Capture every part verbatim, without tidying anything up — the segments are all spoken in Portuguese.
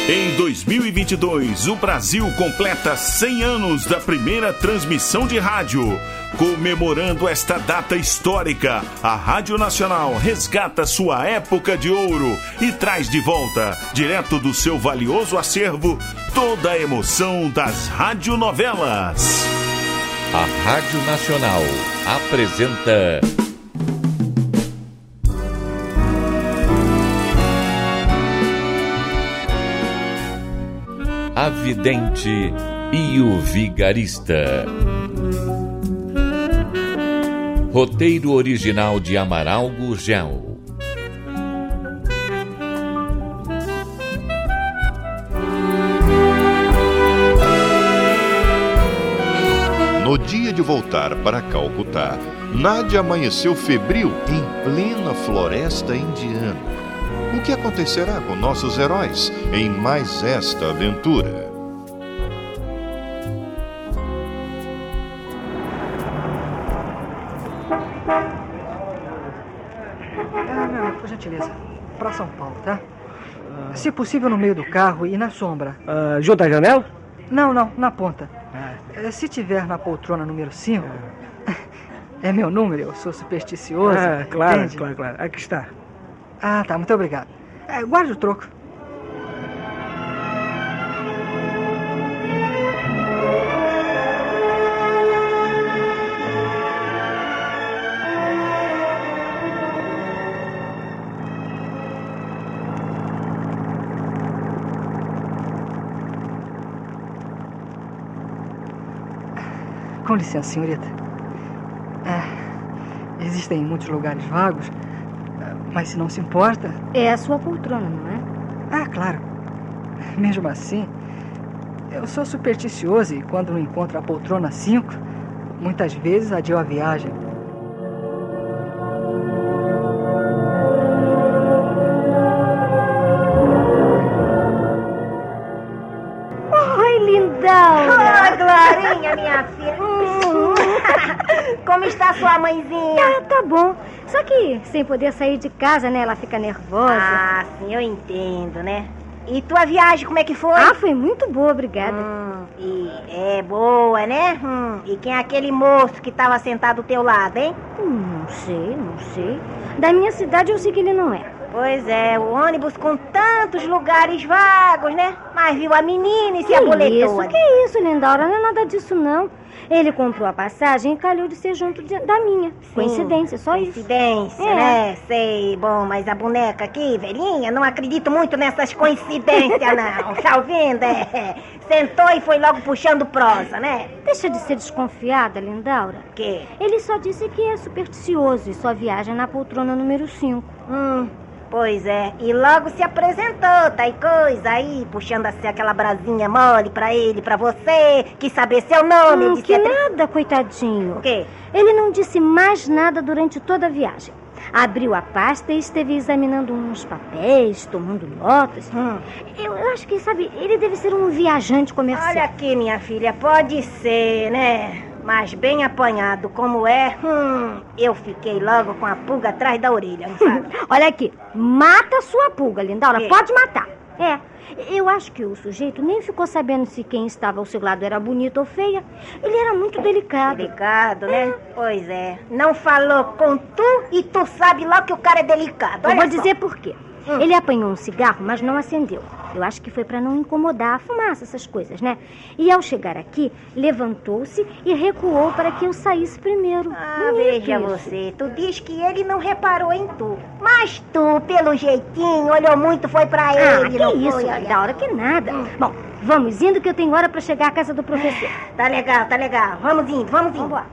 Em dois mil e vinte e dois, o Brasil completa cem anos da primeira transmissão de rádio. Comemorando esta data histórica, a Rádio Nacional resgata sua época de ouro e traz de volta, direto do seu valioso acervo, toda a emoção das radionovelas. A Rádio Nacional apresenta A Vidente e o Vigarista. Roteiro original de Amaral Gurgel. No dia de voltar para Calcutá, Nádia amanheceu febril em plena floresta indiana. O que acontecerá com nossos heróis em mais esta aventura? Por gentileza, para São Paulo, tá? Uh, Se possível no meio do carro e na sombra. Uh, junto à janela? Não, não, na ponta. Ah. Uh, Se tiver na poltrona número cinco, é meu número, eu sou supersticioso. Ah, claro, entende? claro, claro. Aqui está. Ah, tá, muito obrigado. Uh, guarde o troco. Com licença, senhorita. É, existem muitos lugares vagos, mas se não se importa... É a sua poltrona, não é? Ah, claro. Mesmo assim, eu sou supersticioso e quando não encontro a poltrona cinco, muitas vezes adio a viagem. Oi, Lindaura! Oi, Glorinha, minha filha. Como está sua mãezinha? Ah, tá bom. Só que sem poder sair de casa, né? Ela fica nervosa. Ah, sim, eu entendo, né? E tua viagem, como é que foi? Ah, foi muito boa, obrigada. Hum, e é boa, né? Hum, e quem é aquele moço que estava sentado do teu lado, hein? Hum, não sei, não sei. Da minha cidade eu sei que ele não é. Pois é, o ônibus com tantos lugares vagos, né? Mas viu a menina e se Que aboletou. isso, que isso, Lindaura? Não é nada disso, não. Ele comprou a passagem e calhou de ser junto de- da minha. Sim, Coincidência, só isso. Coincidência, É. né? Sei, bom, mas a boneca aqui, velhinha, não acredito muito nessas coincidências, não. Tá ouvindo? É. Sentou e foi logo puxando prosa, né? Deixa de ser desconfiada, Lindaura. O quê? Ele só disse que é supersticioso e só viaja na poltrona número cinco. Hum, pois é. E logo se apresentou, tá e coisa aí, puxando assim aquela brasinha mole pra ele, pra você, quis saber seu nome. Hum, disse que é tri- nada, coitadinho. O quê? Ele não disse mais nada durante toda a viagem. Abriu a pasta e esteve examinando uns papéis, tomando notas. Hum. Eu, eu acho que, sabe, ele deve ser um viajante comercial. Olha aqui, minha filha, pode ser, né? Mas bem apanhado como é, hum, eu fiquei logo com a pulga atrás da orelha, não sabe? Olha aqui, mata sua pulga, Lindaura, Que? pode matar. É, eu acho que o sujeito nem ficou sabendo se quem estava ao seu lado era bonita ou feia. Ele era muito delicado. Delicado, né? Pois é. Não falou com tu e tu sabe logo que o cara é delicado. Eu Olha vou só. dizer por quê. Hum. Ele apanhou um cigarro, mas não acendeu. Eu acho que foi para não incomodar a fumaça, essas coisas, né? E ao chegar aqui, levantou-se e recuou para que eu saísse primeiro. Ah, Bonito veja isso. você. Tu diz que ele não reparou em tu. Mas tu, pelo jeitinho, olhou muito, foi pra Ah, ele. que não isso, foi, olha. da hora que nada. Hum. Bom, vamos indo que eu tenho hora para chegar à casa do professor. Tá legal, tá legal. Vamos indo, vamos indo. Vamos lá.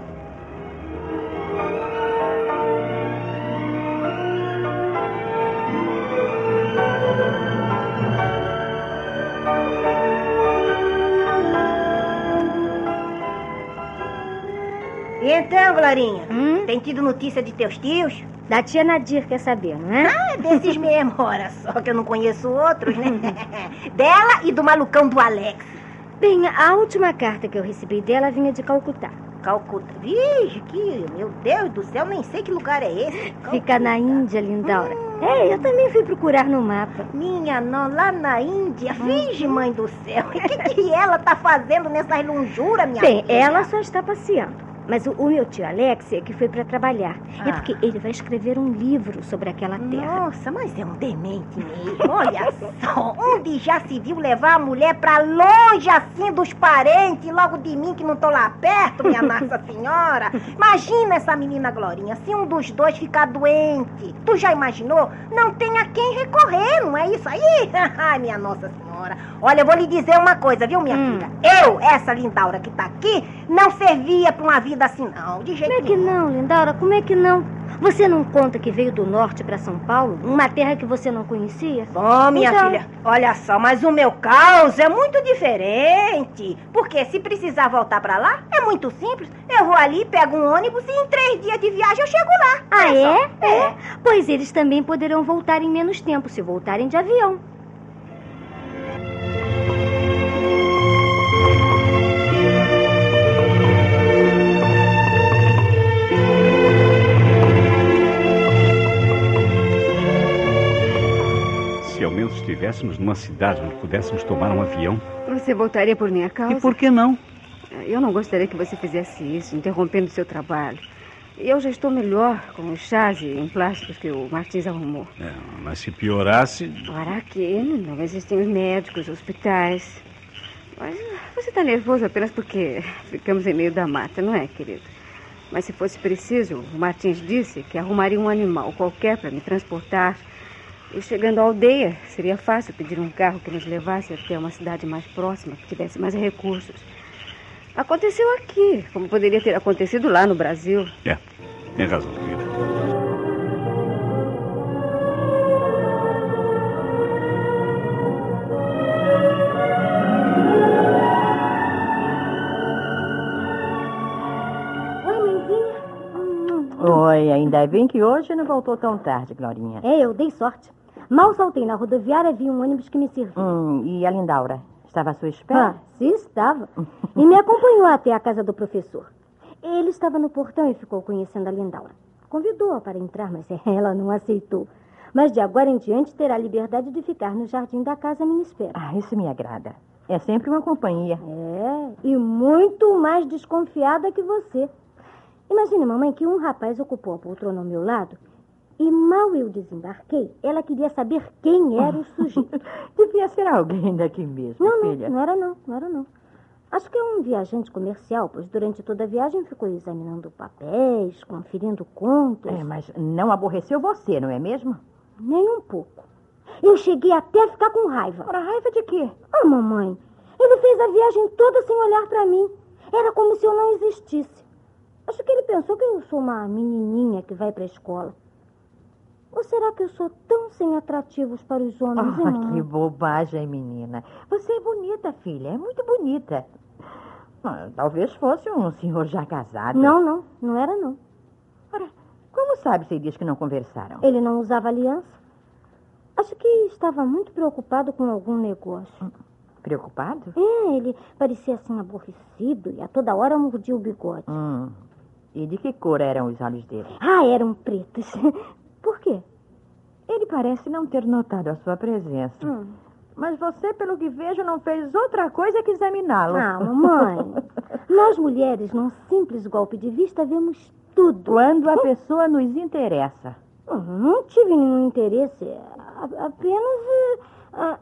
E então, Glorinha? Hum? Tem tido notícia de teus tios? Da tia Nadir, quer saber, não é? Ah, é desses mesmo, ora só que eu não conheço outros, né? Dela e do malucão do Alex. Bem, a última carta que eu recebi dela vinha de Calcutá. Calcutá. Vixe, que, meu Deus do céu, nem sei que lugar é esse. Fica na Índia, Lindaura. É, eu também fui procurar no mapa. Minha não, lá na Índia. Virgem, mãe do céu. O que, que ela tá fazendo nessas lonjuras, minha Bem, filha? ela só está passeando. Mas o, o meu tio Alex é que foi para trabalhar. Ah. É porque ele vai escrever um livro sobre aquela terra. Nossa, mas é um demente mesmo. Olha só, onde já se viu levar a mulher pra longe assim dos parentes, logo de mim que não tô lá perto, minha Nossa Senhora. Imagina essa menina Glorinha, se um dos dois ficar doente. Tu já imaginou? Não tem a quem recorrer, não é isso aí? Ai, minha Nossa Senhora. Olha, eu vou lhe dizer uma coisa, viu, minha Hum. filha? Eu, essa Lindaura que tá aqui, não servia pra uma vida assim, não, de jeito Como é que nenhum. não, Lindaura? Como é que não? Você não conta que veio do norte para São Paulo? Uma terra que você não conhecia? Bom, minha Então- filha, olha só, mas o meu caos é muito diferente. Porque se precisar voltar pra lá, é muito simples. Eu vou ali, pego um ônibus e em três dias de viagem eu chego lá. Ah, Olha é? só. É. Pois eles também poderão voltar em menos tempo se voltarem de avião. Se ao menos estivéssemos numa cidade onde pudéssemos tomar um avião. Você voltaria por minha causa? E por que não? Eu não gostaria que você fizesse isso, interrompendo o seu trabalho. Eu já estou melhor com os chás e emplásticos que o Martins arrumou. É, mas se piorasse... Ora, aqui não existem os médicos, hospitais. Mas você está nervoso apenas porque ficamos em meio da mata, não é, querido? Mas se fosse preciso, o Martins disse que arrumaria um animal qualquer para me transportar. E chegando à aldeia, seria fácil pedir um carro que nos levasse até uma cidade mais próxima, que tivesse mais recursos. Aconteceu aqui, como poderia ter acontecido lá no Brasil. É, tem razão, querida. Oi, mãezinha. Hum, Oi, ainda bem que hoje não voltou tão tarde, Glorinha. É, eu dei sorte. Mal saltei na rodoviária, vi um ônibus que me serviu. Hum, e a Lindaura? Estava à sua espera? Ah, sim, estava. E me acompanhou até a casa do professor. Ele estava no portão e ficou conhecendo a Lindaura. Convidou-a para entrar, mas ela não aceitou. Mas de agora em diante terá liberdade de ficar no jardim da casa à minha espera. Ah, isso me agrada. É sempre uma companhia. É, e muito mais desconfiada que você. Imagine, mamãe, que um rapaz ocupou a poltrona ao meu lado e mal eu desembarquei, ela queria saber quem era o sujeito. Devia ser alguém daqui mesmo, Não, não, filha. não era não, não era não. Acho que é um viajante comercial, pois durante toda a viagem ficou examinando papéis, conferindo contas. É, mas não aborreceu você, não é mesmo? Nem um pouco. Eu cheguei até a ficar com raiva. Ora, raiva de quê? Ah, mamãe, ele fez a viagem toda sem olhar pra mim. Era como se eu não existisse. Acho que ele pensou que eu sou uma menininha que vai pra escola. Ou será que eu sou tão sem atrativos para os homens, hein, Ah, mamãe? que bobagem, menina. Você é bonita, filha. É muito bonita. Ah, talvez fosse um senhor já casado. Não, não. Não era, não. Ora, como sabe se diz que não conversaram? Ele não usava aliança. Acho que estava muito preocupado com algum negócio. Preocupado? É, ele parecia assim aborrecido e a toda hora mordia o bigode. Hum. E de que cor eram os olhos dele? Ah, eram pretos. Por quê? Ele parece não ter notado a sua presença. Hum. Mas você, pelo que vejo, não fez outra coisa que examiná-lo. Ah, mamãe, nós mulheres, num simples golpe de vista, vemos tudo. Quando a pessoa nos interessa. Hum, Não tive nenhum interesse. a- Apenas... eh, ah,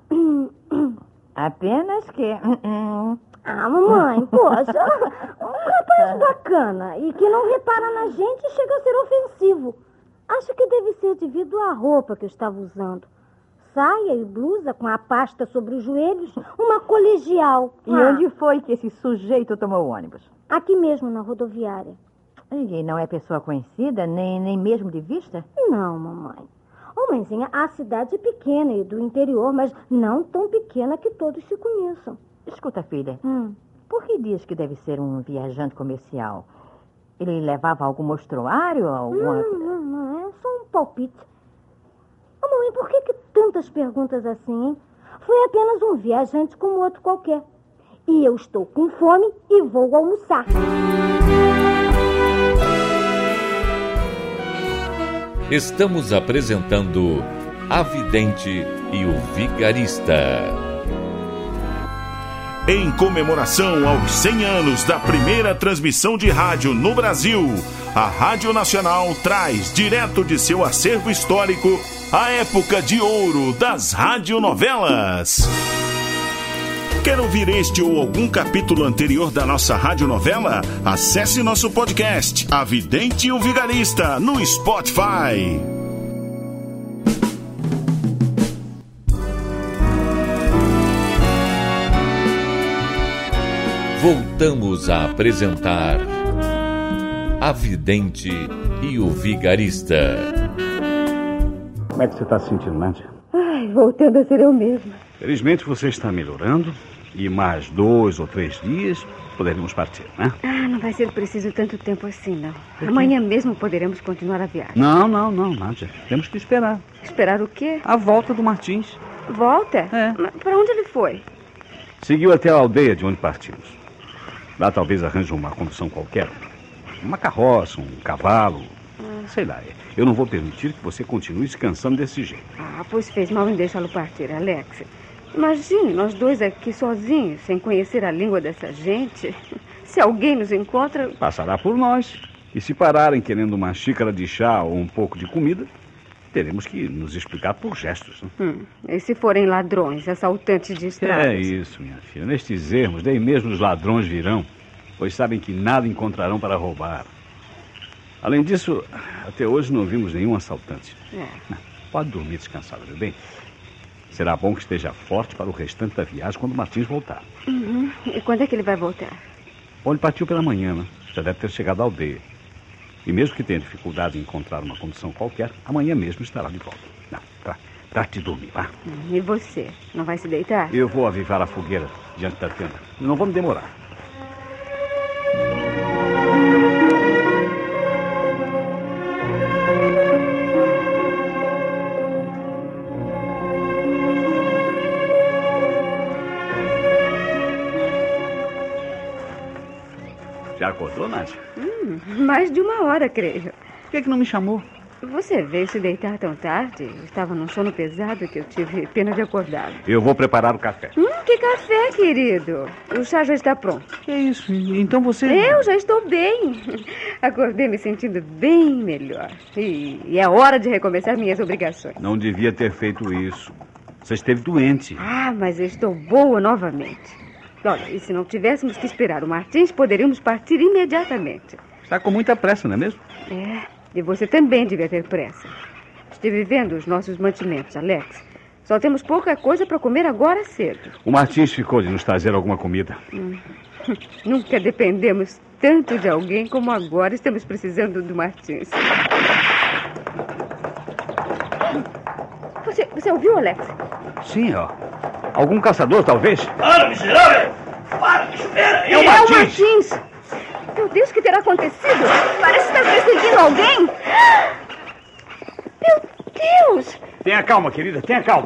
Apenas que... Ah, mamãe, poxa, um rapaz bacana e que não repara na gente chega a ser ofensivo. Acho que deve ser devido à roupa que eu estava usando. Saia e blusa com a pasta sobre os joelhos, uma colegial. E Ah, onde foi que esse sujeito tomou o ônibus? Aqui mesmo, na rodoviária. E não é pessoa conhecida, nem, nem mesmo de vista? Não, mamãe. Ô, mãezinha, a cidade é pequena e do interior, mas não tão pequena que todos se conheçam. Escuta, filha, Hum. por que diz que deve ser um viajante comercial? Ele levava algum mostruário? Alguma... Não, não, não, é só um palpite. Ô, mamãe, por que, que tantas perguntas assim, hein? Foi apenas um viajante como outro qualquer. E eu estou com fome e vou almoçar. Estamos apresentando A Vidente e o Vigarista. Em comemoração aos cem anos da primeira transmissão de rádio no Brasil, a Rádio Nacional traz direto de seu acervo histórico a época de ouro das radionovelas. Quer ouvir este ou algum capítulo anterior da nossa radionovela? Acesse nosso podcast, A Vidente e o Vigarista, no Spotify. Voltamos a apresentar A Vidente e o Vigarista. Como é que você está se sentindo, Nádia? Ai, voltando a ser eu mesma. Felizmente você está melhorando e mais dois ou três dias poderemos partir, né? Ah, não vai ser preciso tanto tempo assim, não. Amanhã mesmo poderemos continuar a viagem. Não, não, não, Nádia. Temos que esperar. Esperar o quê? A volta do Martins. Volta? É. Mas para onde ele foi? Seguiu até a aldeia de onde partimos. Lá talvez arranje uma condução qualquer. Uma carroça, um cavalo. Ah. Sei lá. Eu não vou permitir que você continue se cansando desse jeito. Ah, pois fez mal em deixá-lo partir, Alex. Imagine nós dois aqui sozinhos, sem conhecer a língua dessa gente. Se alguém nos encontra... Passará por nós. E se pararem querendo uma xícara de chá ou um pouco de comida, teremos que nos explicar por gestos. Né? Hum, e se forem ladrões, assaltantes de estradas? É isso, minha filha. Nestes ermos, nem mesmo os ladrões virão, pois sabem que nada encontrarão para roubar. Além disso, até hoje não vimos nenhum assaltante. É. Pode dormir descansada, meu bem. Será bom que esteja forte para o restante da viagem quando o Martins voltar. Uhum. E quando é que ele vai voltar? Bom, ele partiu pela manhã, né? Já deve ter chegado à aldeia. E mesmo que tenha dificuldade em encontrar uma condição qualquer, amanhã mesmo estará de volta. Não, tra trate de dormir, vá. E você? Não vai se deitar? Eu vou avivar a fogueira diante da tenda. Não vou me demorar. Já acordou, Nádia? Hum, mais de uma hora, creio. Por que, que não me chamou? Você veio se deitar tão tarde. Estava num sono pesado que eu tive pena de acordar. Eu vou preparar o café. Hum, que café, querido? O chá já está pronto. Que isso? Então você... Eu já estou bem. Acordei me sentindo bem melhor. E, e é hora de recomeçar minhas obrigações. Não devia ter feito isso. Você esteve doente. Ah, mas eu estou boa novamente. Olha, e se não tivéssemos que esperar o Martins, poderíamos partir imediatamente. Está com muita pressa, não é mesmo? É, e você também devia ter pressa. Estive vendo os nossos mantimentos, Alex. Só temos pouca coisa para comer agora cedo. O Martins ficou de nos trazer alguma comida. Hum. Nunca dependemos tanto de alguém como agora estamos precisando do Martins. Você, você ouviu, Alex? Sim, ó. Algum caçador, talvez? Para, miserável! Para, me espera! É o Martins! Martins! É o Martins! Meu Deus, o que terá acontecido? Parece estar perseguindo alguém! Meu Deus! Tenha calma, querida, tenha calma.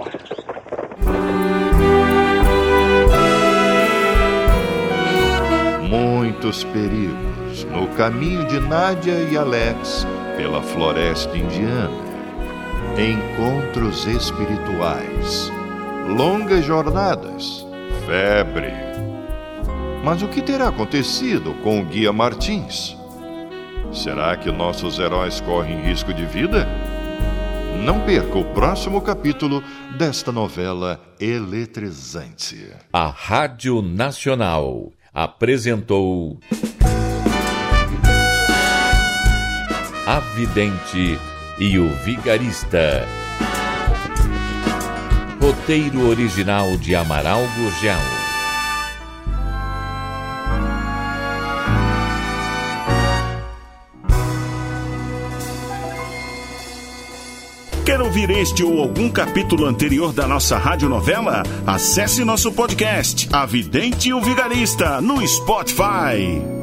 Muitos perigos no caminho de Nádia e Alex pela floresta indiana. Encontros espirituais. Longas jornadas, febre. Mas o que terá acontecido com o guia Martins? Será que nossos heróis correm risco de vida? Não perca o próximo capítulo desta novela eletrizante. A Rádio Nacional apresentou A Vidente e o Vigarista. Roteiro original de Amaral Gurgel. Quer ouvir este ou algum capítulo anterior da nossa radionovela? Acesse nosso podcast, A Vidente e o Vigarista, no Spotify.